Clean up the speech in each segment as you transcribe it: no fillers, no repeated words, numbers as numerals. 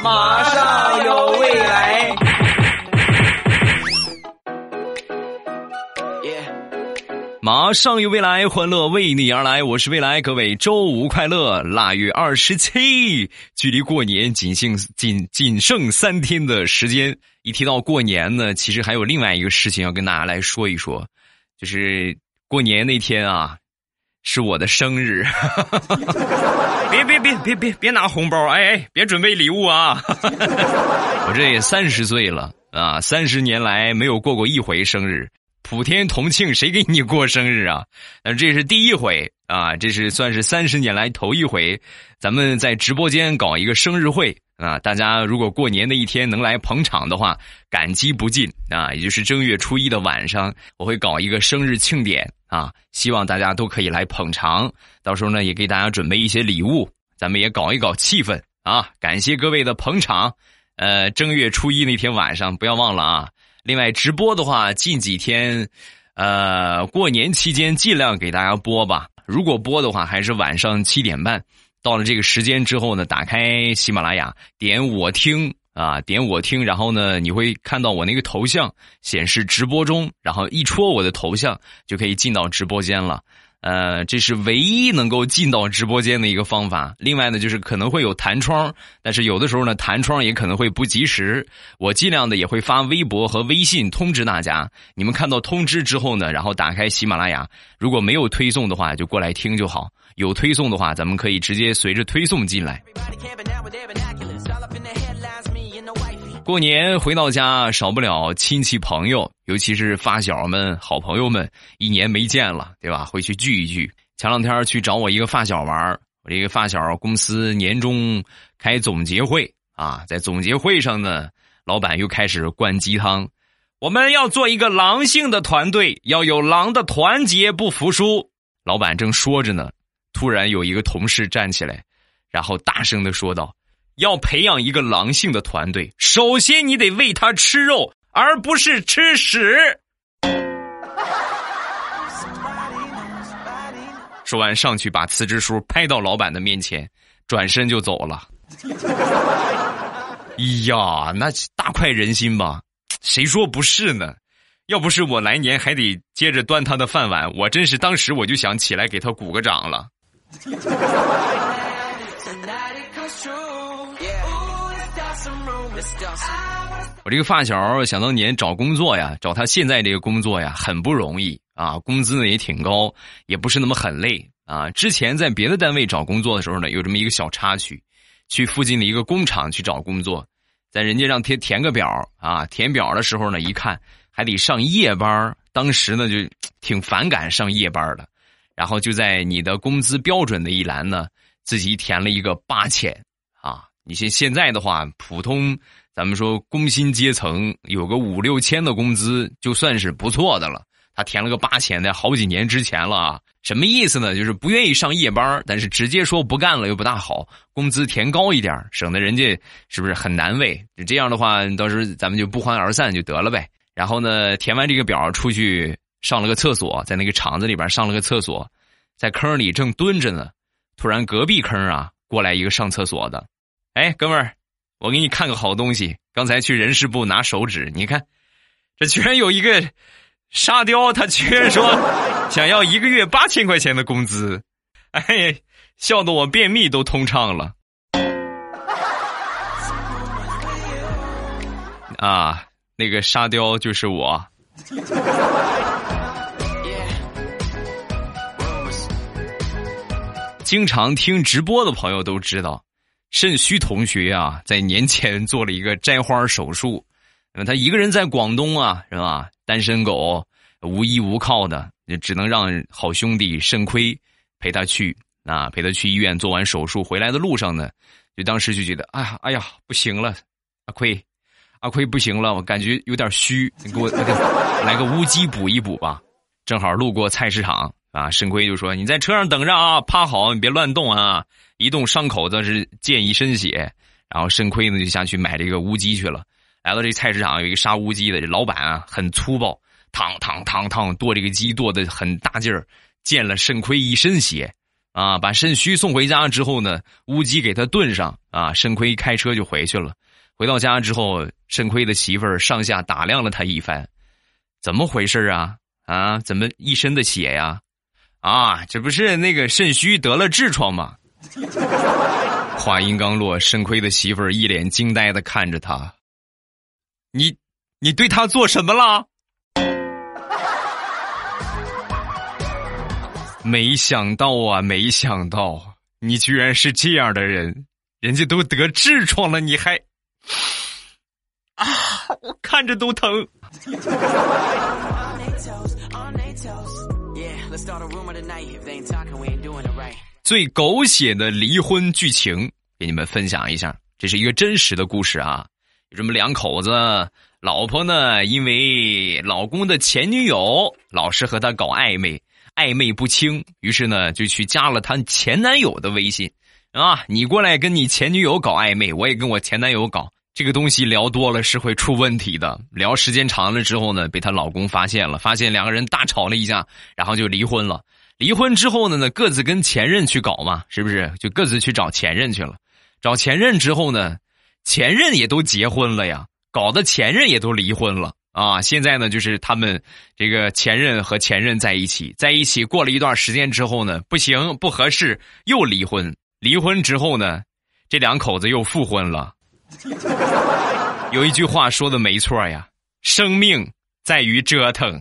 马上有未来。 马上有未来，欢乐为你而来，我是未来，各位周五快乐。腊月27，距离过年仅剩3天的时间。一提到过年呢，其实还有另外一个事情要跟大家来说一说，就是过年那天啊，是我的生日。别拿红包，别准备礼物啊！我这也30岁了啊，30年来没有过一回生日。普天同庆，谁给你过生日啊？但是这是第一回啊，这是算是30年来头一回，咱们在直播间搞一个生日会啊！大家如果过年的一天能来捧场的话，感激不尽啊！也就是正月初1的晚上，我会搞一个生日庆典啊，希望大家都可以来捧场。到时候呢，也给大家准备一些礼物，咱们也搞一搞气氛啊！感谢各位的捧场。正月初1那天晚上不要忘了啊！另外直播的话，近几天过年期间尽量给大家播吧。如果播的话，还是晚上7点半。到了这个时间之后呢，打开喜马拉雅，点我听啊，点我听，然后呢，你会看到我那个头像显示直播中，然后一戳我的头像就可以进到直播间了。这是唯一能够进到直播间的一个方法。另外呢，就是可能会有弹窗，但是有的时候呢，弹窗也可能会不及时。我尽量的也会发微博和微信通知大家。你们看到通知之后呢，然后打开喜马拉雅，如果没有推送的话，就过来听就好。有推送的话，咱们可以直接随着推送进来。过年回到家，少不了亲戚朋友，尤其是发小们、好朋友们，一年没见了，对吧？会去聚一聚。前两天去找我一个发小玩，我这个发小公司年终开总结会啊，在总结会上呢，老板又开始灌鸡汤。我们要做一个狼性的团队，要有狼的团结不服输。老板正说着呢，突然有一个同事站起来，然后大声地说道，要培养一个狼性的团队，首先你得喂他吃肉，而不是吃屎。说完上去把辞职书拍到老板的面前，转身就走了。哎呀，那大快人心吧？谁说不是呢？要不是我来年还得接着端他的饭碗，我真是当时我就想起来给他鼓个掌了。我这个发小想当年找工作呀，找他现在这个工作呀，很不容易啊，工资呢也挺高，也不是那么很累啊。之前在别的单位找工作的时候呢，有这么一个小插曲，去附近的一个工厂去找工作，在人家让填个表啊，填表的时候呢，一看还得上夜班，当时呢就挺反感上夜班的，然后就在你的工资标准的一栏呢，自己填了一个8000啊。你现在的话，普通咱们说工薪阶层有个5、6千的工资就算是不错的了，他填了个8000，在好几年之前了啊。什么意思呢？就是不愿意上夜班，但是直接说不干了又不大好，工资填高一点，省得人家是不是很难为。这样的话，到时候咱们就不欢而散就得了呗。然后呢，填完这个表出去上了个厕所，在那个厂子里边上了个厕所，在坑里正蹲着呢，突然隔壁坑啊过来一个上厕所的，哎，哥们儿，我给你看个好东西。刚才去人事部拿手纸，你看，这居然有一个沙雕，他居然说想要1个月8000块钱的工资，哎，笑得我便秘都通畅了。啊，那个沙雕就是我。经常听直播的朋友都知道，肾虚同学啊，在年前做了一个摘花手术。他一个人在广东啊，是吧？单身狗，无依无靠的，只能让好兄弟肾亏陪他去啊，陪他去医院做完手术。回来的路上呢，就当时就觉得，哎呀，不行了，阿亏不行了，我感觉有点虚，你给我来个乌鸡补一补吧。正好路过菜市场啊，肾亏就说：“你在车上等着啊，趴好，你别乱动啊，一动伤口子是溅一身血。”然后肾亏呢就下去买这个乌鸡去了。来到这菜市场，有一个杀乌鸡的，这老板啊很粗暴，烫剁这个鸡剁得很大劲儿，溅了肾亏一身血。 啊，把肾虚送回家之后呢，乌鸡给他炖上啊，肾亏开车就回去了。回到家之后，肾亏的媳妇儿上下打量了他一番，怎么回事啊？啊，怎么一身的血呀？啊，这不是那个肾虚得了痔疮吗？话音刚落，肾亏的媳妇儿一脸惊呆的看着他，你对他做什么了？没想到啊，没想到你居然是这样的人，人家都得痔疮了，你还啊，我看着都疼。最狗血的离婚剧情给你们分享一下，这是一个真实的故事啊。有这么两口子，老婆呢因为老公的前女友老是和他搞暧昧不清，于是呢就去加了他前男友的微信啊，你过来跟你前女友搞暧昧，我也跟我前男友搞，这个东西聊多了是会出问题的。聊时间长了之后呢，被她老公发现两个人大吵了一架，然后就离婚了。离婚之后呢，各自跟前任去搞嘛，是不是？就各自去找前任去了。找前任之后呢，前任也都结婚了呀，搞的前任也都离婚了啊。现在呢，就是他们这个前任和前任在一起过了一段时间之后呢，不行，不合适，又离婚。离婚之后呢，这两口子又复婚了。有一句话说的没错呀，生命在于折腾。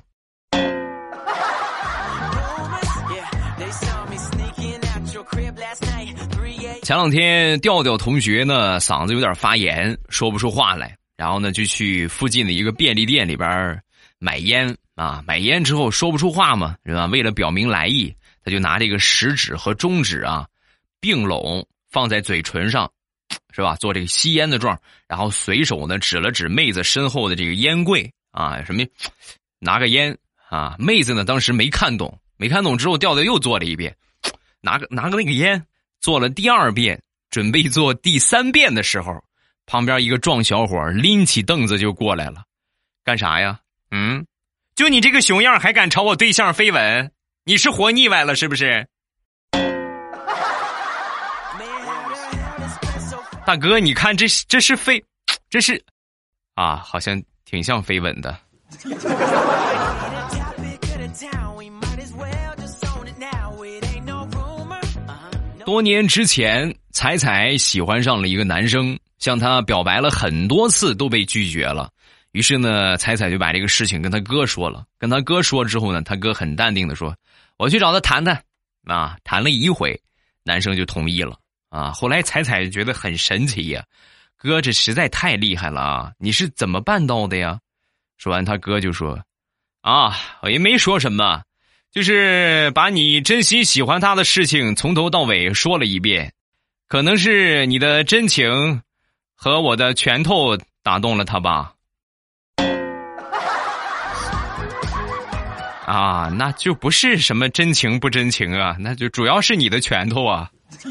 前两天调调同学呢嗓子有点发炎，说不出话来，然后呢就去附近的一个便利店里边买烟啊，买烟之后说不出话嘛，是吧？为了表明来意，他就拿这个食指和中指啊并拢放在嘴唇上，是吧？做这个吸烟的状，然后随手呢指了指妹子身后的这个烟柜啊，什么拿个烟啊，妹子呢当时没看懂之后，调调又做了一遍，拿个那个烟。做了第二遍，准备做第三遍的时候，旁边一个壮小伙拎起凳子就过来了。干啥呀？就你这个熊样还敢朝我对象飞吻？你是活腻歪了是不是？大哥，你看这是这是啊，好像挺像飞吻的。多年之前，彩彩喜欢上了一个男生，向他表白了很多次都被拒绝了。于是呢，彩彩就把这个事情跟他哥说了。跟他哥说之后呢，他哥很淡定的说：“我去找他谈谈。”啊，谈了一回，男生就同意了。啊，后来彩彩觉得很神奇呀，哥这实在太厉害了啊！你是怎么办到的呀？说完，他哥就说：“啊，我也没说什么。”就是把你真心喜欢他的事情从头到尾说了一遍，可能是你的真情和我的拳头打动了他吧。啊，那就不是什么真情不真情啊，那就主要是你的拳头啊。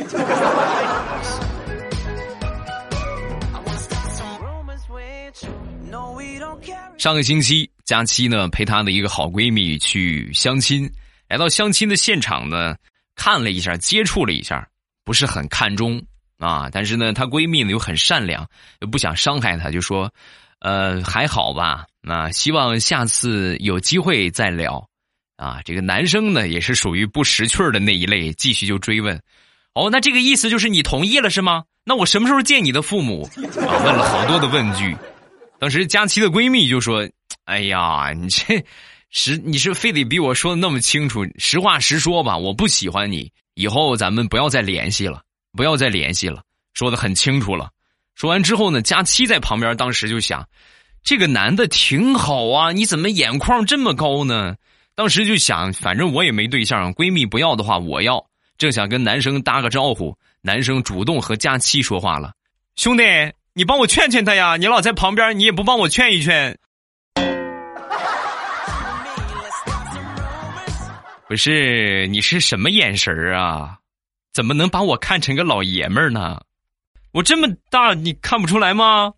上个星期，佳期呢陪她的一个好闺蜜去相亲，来到相亲的现场呢，看了一下，接触了一下，不是很看重啊。但是呢，她闺蜜呢又很善良，又不想伤害她，就说，还好吧，啊，希望下次有机会再聊。啊，这个男生呢也是属于不识趣的那一类，继续就追问，哦，那这个意思就是你同意了是吗？那我什么时候见你的父母？啊，问了好多的问句。当时佳琪的闺蜜就说：“哎呀，你是非得逼我说的那么清楚，实话实说吧，我不喜欢你，以后咱们不要再联系了，说得很清楚了。”说完之后呢，佳琪在旁边当时就想，这个男的挺好啊，你怎么眼眶这么高呢？当时就想，反正我也没对象，闺蜜不要的话我要。正想跟男生搭个招呼，男生主动和佳期说话了：“兄弟，你帮我劝劝他呀，你老在旁边，你也不帮我劝一劝。”不是，你是什么眼神啊？怎么能把我看成个老爷们儿呢？我这么大你看不出来吗？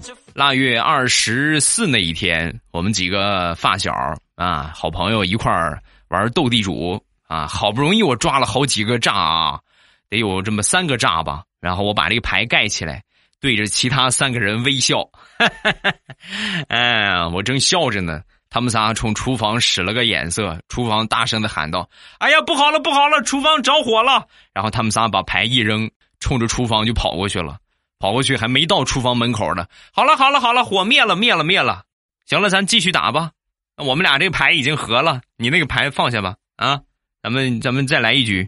腊月24那一天，我们几个发小啊，好朋友一块儿玩斗地主啊，好不容易我抓了好几个炸啊，得有这么3个炸吧，然后我把这个牌盖起来，对着其他3个人微笑，哎，我正笑着呢，他们仨冲厨房使了个眼色，厨房大声的喊道：“哎呀，不好了，不好了，厨房着火了！”然后他们仨把牌一扔，冲着厨房就跑过去了。跑过去还没到厨房门口呢，好了好了好了，火灭了灭了灭了，行了，咱继续打吧。我们俩这个牌已经合了，你那个牌放下吧，啊，咱们再来一局。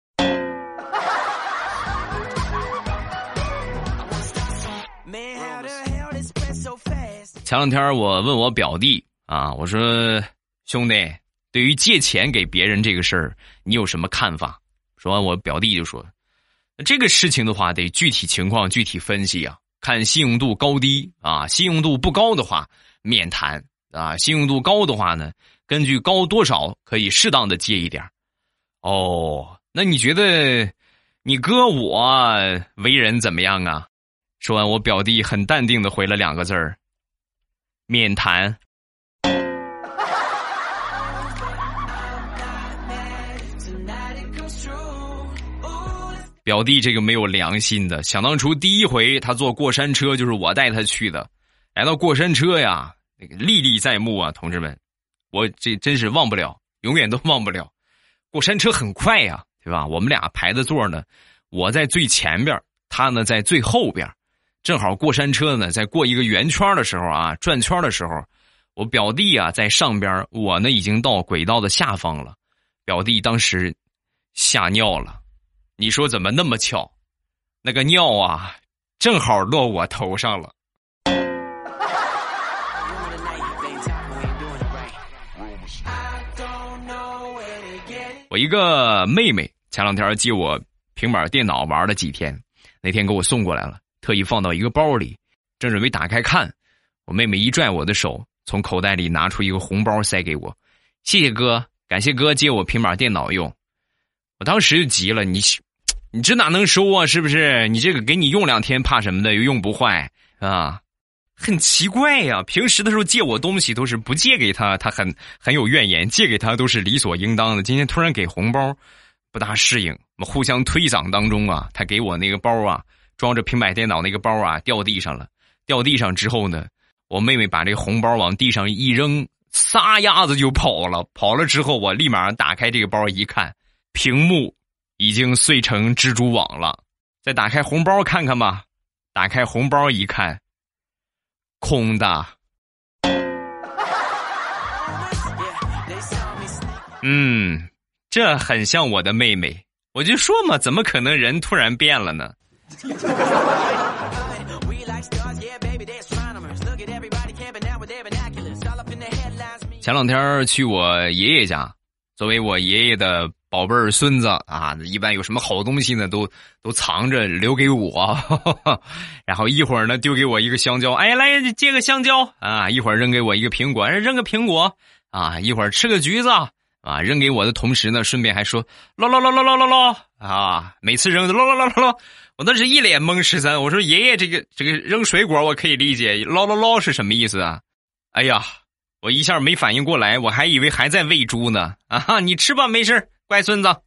前两天我问我表弟啊，我说兄弟，对于借钱给别人这个事儿，你有什么看法？说完我表弟就说，这个事情的话得具体情况具体分析啊，看信用度高低啊，信用度不高的话免谈啊，信用度高的话呢，根据高多少可以适当的借一点。哦，那你觉得你哥我为人怎么样啊？说完我表弟很淡定的回了2个字儿，免谈。表弟这个没有良心的，想当初第一回他坐过山车就是我带他去的，来到过山车呀，那个历历在目啊，同志们，我这真是忘不了，永远都忘不了。过山车很快呀，对吧？我们俩排的座呢，我在最前边，他呢在最后边，正好过山车呢在过一个圆圈的时候啊，转圈的时候，我表弟啊在上边，我呢已经到轨道的下方了，表弟当时吓尿了。你说怎么那么巧？那个尿啊，正好落我头上了。我一个妹妹前两天借我平板电脑玩了几天，那天给我送过来了，特意放到一个包里，正准备打开看，我妹妹一拽我的手，从口袋里拿出一个红包塞给我，谢谢哥，感谢哥借我平板电脑用。我当时就急了，你这哪能收啊？是不是？你这个给你用2天怕什么的，又用不坏啊？很奇怪呀，平时的时候借我东西都是不借给他，他很有怨言，借给他都是理所应当的。今天突然给红包，不大适应。我们互相推搡当中啊，他给我那个包啊，装着平板电脑那个包啊，掉地上了。掉地上之后呢，我妹妹把这个红包往地上一扔，撒丫子就跑了。跑了之后，我立马打开这个包一看，屏幕已经碎成蜘蛛网了。再打开红包看看吧，打开红包一看，空的。这很像我的妹妹。我就说嘛，怎么可能人突然变了呢？前两天去我爷爷家，作为我爷爷的宝贝儿孙子啊，一般有什么好东西呢，都藏着留给我，然后一会儿呢丢给我一个香蕉，哎，来借个香蕉啊，一会儿扔给我一个苹果，扔个苹果啊，一会儿吃个橘子啊，扔给我的同时呢，顺便还说捞啊，每次扔捞，我当时一脸懵13，我说爷爷这个扔水果我可以理解，捞是什么意思啊？哎呀，我一下没反应过来，我还以为还在喂猪呢啊！你吃吧，没事，乖孙子。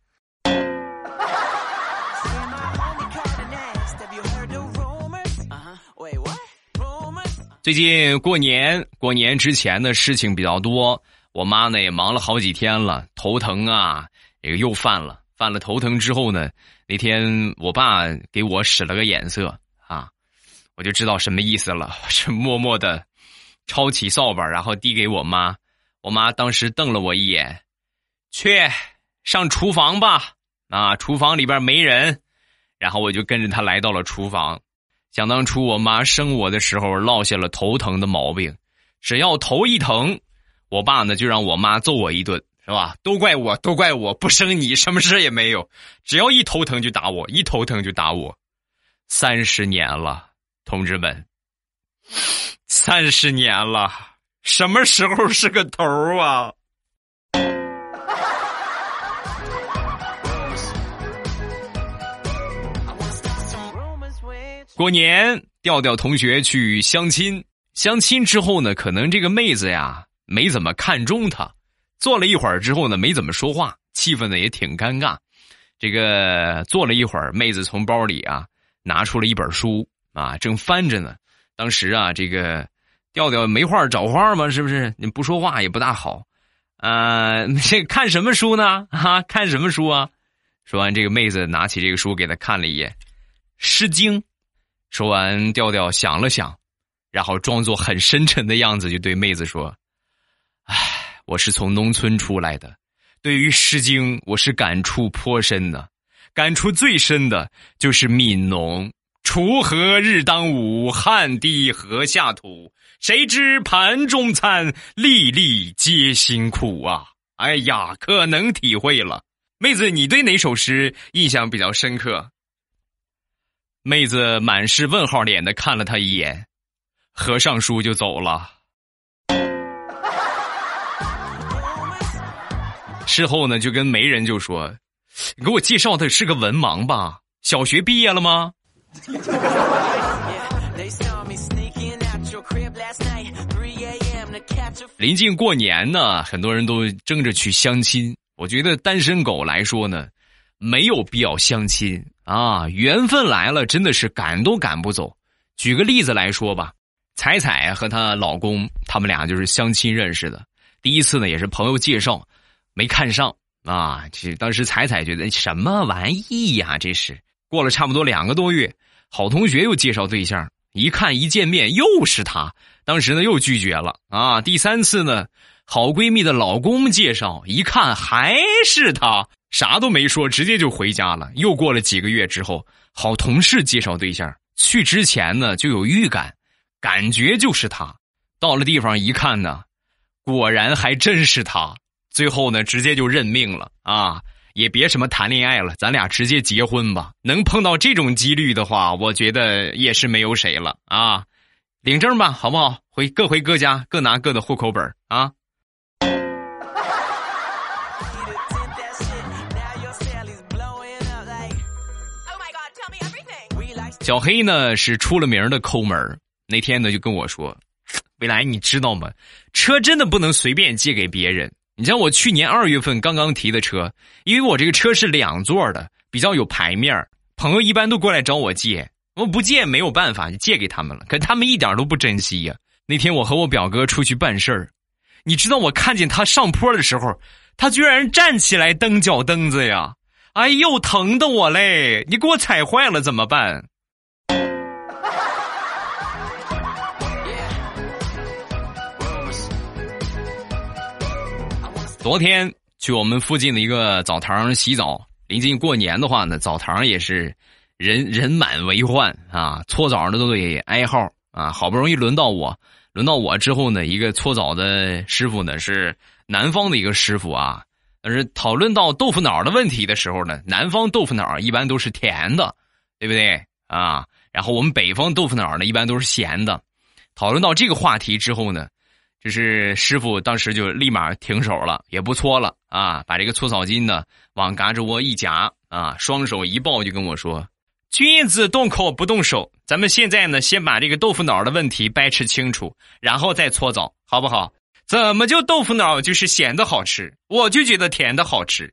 最近过年之前的事情比较多，我妈呢也忙了好几天了，头疼啊，这个又犯了头疼之后呢，那天我爸给我使了个眼色啊，我就知道什么意思了，是默默的抄起扫把，然后递给我妈。我妈当时瞪了我一眼，去上厨房吧，啊，厨房里边没人。然后我就跟着她来到了厨房。想当初我妈生我的时候落下了头疼的毛病，只要头一疼，我爸呢就让我妈揍我一顿，是吧？都怪我不生你，什么事也没有，只要一头疼就打我，30年了，同志们，30年了，什么时候是个头啊？过年调调同学去相亲，相亲之后呢，可能这个妹子呀没怎么看中他，坐了一会儿之后呢，没怎么说话，气氛呢也挺尴尬。这个坐了一会儿，妹子从包里啊拿出了一本书啊，正翻着呢。当时啊，这个调调没话找话嘛，是不是？你不说话也不大好。这看什么书呢？看什么书啊？说完，这个妹子拿起这个书给他看了一眼，《诗经》。说完，调调想了想，然后装作很深沉的样子，就对妹子说：“唉，我是从农村出来的，对于《诗经》，我是感触颇深的。感触最深的就是悯农。锄禾日当午，汗滴禾下土。谁知盘中餐，粒粒皆辛苦啊！哎呀，可能体会了。妹子，你对哪首诗印象比较深刻？”妹子满是问号脸的看了他一眼，合上书就走了。事后呢，就跟媒人就说：“你给我介绍的是个文盲吧？小学毕业了吗？”临近过年呢，很多人都争着去相亲。我觉得单身狗来说呢，没有必要相亲啊，缘分来了真的是赶都赶不走。举个例子来说吧，彩彩和她老公他们俩就是相亲认识的。第一次呢也是朋友介绍，没看上啊。当时彩彩觉得什么玩意呀，这是。过了差不多2个多月，好同学又介绍对象，一看一见面又是他，当时呢又拒绝了啊。第3次呢，好闺蜜的老公介绍，一看还是他，啥都没说，直接就回家了。又过了几个月之后，好同事介绍对象，去之前呢就有预感，感觉就是他。到了地方一看呢，果然还真是他。最后呢，直接就认命了啊，也别什么谈恋爱了，咱俩直接结婚吧。能碰到这种几率的话，我觉得也是没有谁了啊。领证吧，好不好？各回各家，各拿各的户口本啊。小黑呢是出了名的抠门，那天呢就跟我说：“未来你知道吗？车真的不能随便借给别人。你像我去年2月份刚刚提的车，因为我这个车是2座的，比较有牌面，朋友一般都过来找我借，我不借没有办法，就借给他们了。可他们一点都不珍惜呀。那天我和我表哥出去办事儿，你知道我看见他上坡的时候，他居然站起来蹬脚蹬子呀！哎呦，疼的我嘞！你给我踩坏了怎么办？昨天去我们附近的一个澡堂洗澡，临近过年的话呢，澡堂也是人满为患啊，搓澡的都得挨号啊。好不容易轮到我之后呢，一个搓澡的师傅呢是南方的一个师傅啊。但是讨论到豆腐脑的问题的时候呢，南方豆腐脑一般都是甜的，对不对啊？然后我们北方豆腐脑呢一般都是咸的。讨论到这个话题之后呢，就是师傅当时就立马停手了，也不搓了啊，把这个搓澡巾呢往嘎吱窝一夹啊，双手一抱就跟我说：“君子动口不动手，咱们现在呢先把这个豆腐脑的问题掰扯清楚，然后再搓澡，好不好？怎么就豆腐脑就是咸的好吃，我就觉得甜的好吃。”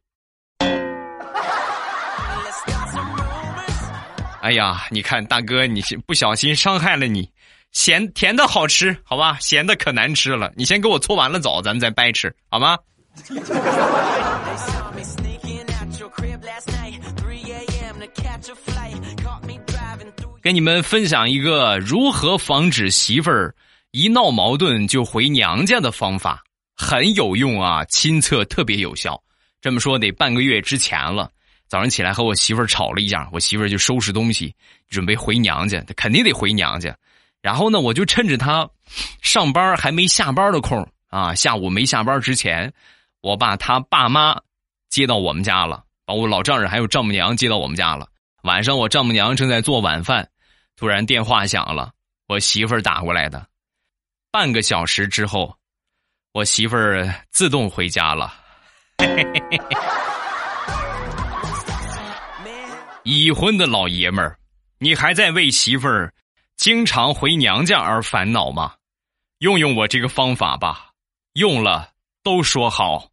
哎呀，你看大哥，你不小心伤害了你。甜的好吃，好吧？咸的可难吃了。你先给我搓完了澡，咱们再掰吃，好吗？跟你们分享一个如何防止媳妇儿一闹矛盾就回娘家的方法，很有用啊，亲测特别有效。这么说得半个月之前了，早上起来和我媳妇儿吵了一架，我媳妇儿就收拾东西准备回娘家，她肯定得回娘家。然后呢，我就趁着他上班还没下班的空啊，下午没下班之前，我把他爸妈接到我们家了，把我老丈人还有丈母娘接到我们家了。晚上我丈母娘正在做晚饭，突然电话响了，我媳妇儿打过来的。半个小时之后，我媳妇儿自动回家了。已婚的老爷们儿，你还在为媳妇儿经常回娘家而烦恼吗？用用我这个方法吧，用了都说好。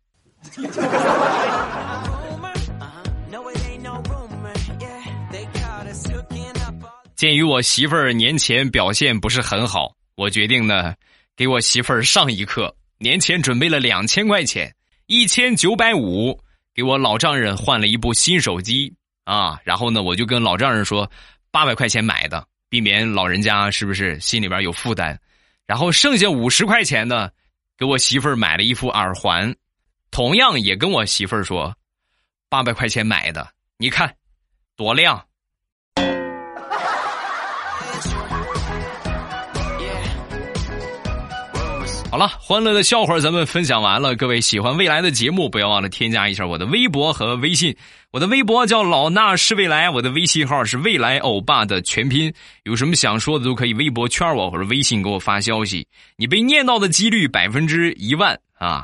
鉴于我媳妇儿年前表现不是很好，我决定呢给我媳妇儿上一课。年前准备了2000块钱，1950给我老丈人换了一部新手机啊，然后呢我就跟老丈人说800块钱买的，避免老人家是不是心里边有负担。然后剩下50块钱呢，给我媳妇儿买了一副耳环，同样也跟我媳妇儿说800块钱买的，你看多亮。好了，欢乐的笑话咱们分享完了，各位喜欢未来的节目，不要忘了添加一下我的微博和微信。我的微博叫老衲是未来，我的微信号是未来欧巴的全拼。有什么想说的都可以微博圈我或者微信给我发消息，你被念到的几率100%啊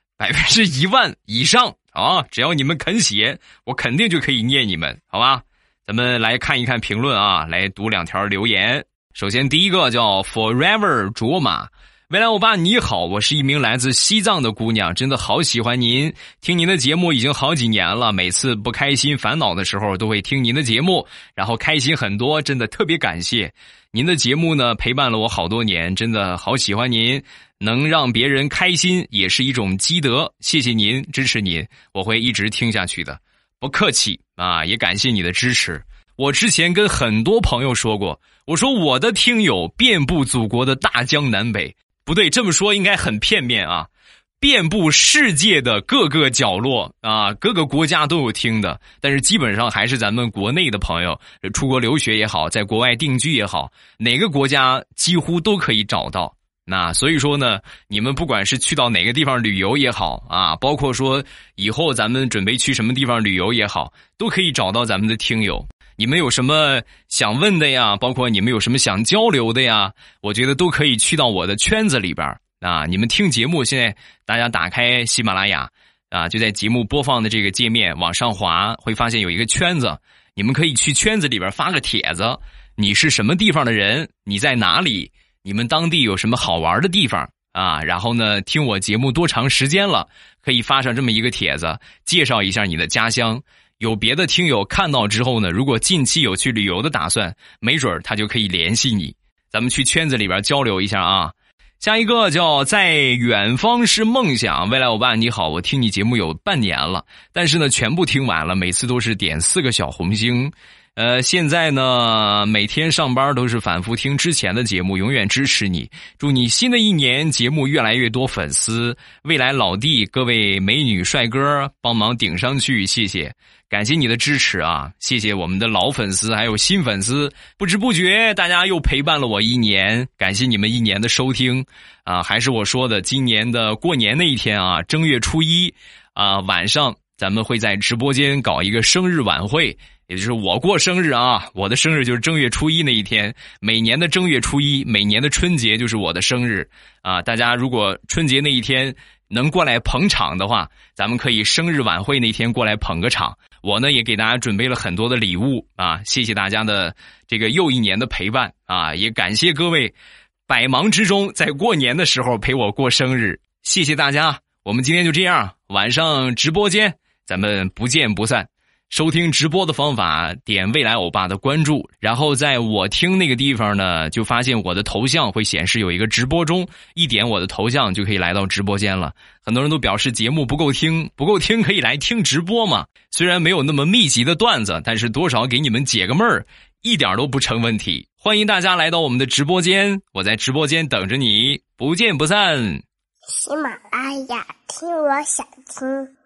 ，100%以上啊！只要你们肯写，我肯定就可以念你们，好吧？咱们来看一看评论啊，来读2条留言。首先第一个叫 Forever 卓玛。未来欧巴你好，我是一名来自西藏的姑娘，真的好喜欢您，听您的节目已经好几年了，每次不开心烦恼的时候都会听您的节目，然后开心很多，真的特别感谢您的节目呢，陪伴了我好多年，真的好喜欢您，能让别人开心也是一种积德，谢谢您，支持您，我会一直听下去的。不客气啊，也感谢你的支持。我之前跟很多朋友说过，我说我的听友遍布祖国的大江南北，不对，这么说应该很片面啊，遍布世界的各个角落啊，各个国家都有听的，但是基本上还是咱们国内的朋友，出国留学也好，在国外定居也好，哪个国家几乎都可以找到。那所以说呢，你们不管是去到哪个地方旅游也好啊，包括说以后咱们准备去什么地方旅游也好，都可以找到咱们的听友。你们有什么想问的呀，包括你们有什么想交流的呀，我觉得都可以去到我的圈子里边啊。你们听节目，现在大家打开喜马拉雅啊，就在节目播放的这个界面往上滑，会发现有一个圈子，你们可以去圈子里边发个帖子，你是什么地方的人，你在哪里，你们当地有什么好玩的地方啊，然后呢听我节目多长时间了，可以发上这么一个帖子，介绍一下你的家乡。有别的听友看到之后呢，如果近期有去旅游的打算，没准他就可以联系你，咱们去圈子里边交流一下啊。下一个叫在远方是梦想，未来欧巴你好，我听你节目有半年了，但是呢全部听完了，每次都是点4个小红星。现在呢每天上班都是反复听之前的节目，永远支持你，祝你新的一年节目越来越多粉丝，未来老弟各位美女帅哥帮忙顶上去，谢谢，感谢你的支持啊，谢谢我们的老粉丝还有新粉丝，不知不觉大家又陪伴了我1年，感谢你们1年的收听啊！还是我说的，今年的过年那一天啊，正月初1啊晚上，咱们会在直播间搞一个生日晚会，也就是我过生日啊，我的生日就是正月初1那一天，每年的正月初1，每年的春节就是我的生日啊！大家如果春节那一天能过来捧场的话，咱们可以生日晚会那天过来捧个场。我呢也给大家准备了很多的礼物啊，谢谢大家的这个又1年的陪伴啊，也感谢各位百忙之中在过年的时候陪我过生日，谢谢大家。我们今天就这样，晚上直播间咱们不见不散。收听直播的方法，点未来欧巴的关注，然后在我听那个地方呢，就发现我的头像会显示有一个直播中，一点我的头像就可以来到直播间了。很多人都表示节目不够听可以来听直播嘛，虽然没有那么密集的段子，但是多少给你们解个闷儿，一点都不成问题。欢迎大家来到我们的直播间，我在直播间等着你，不见不散。 喜马拉雅，听我想听。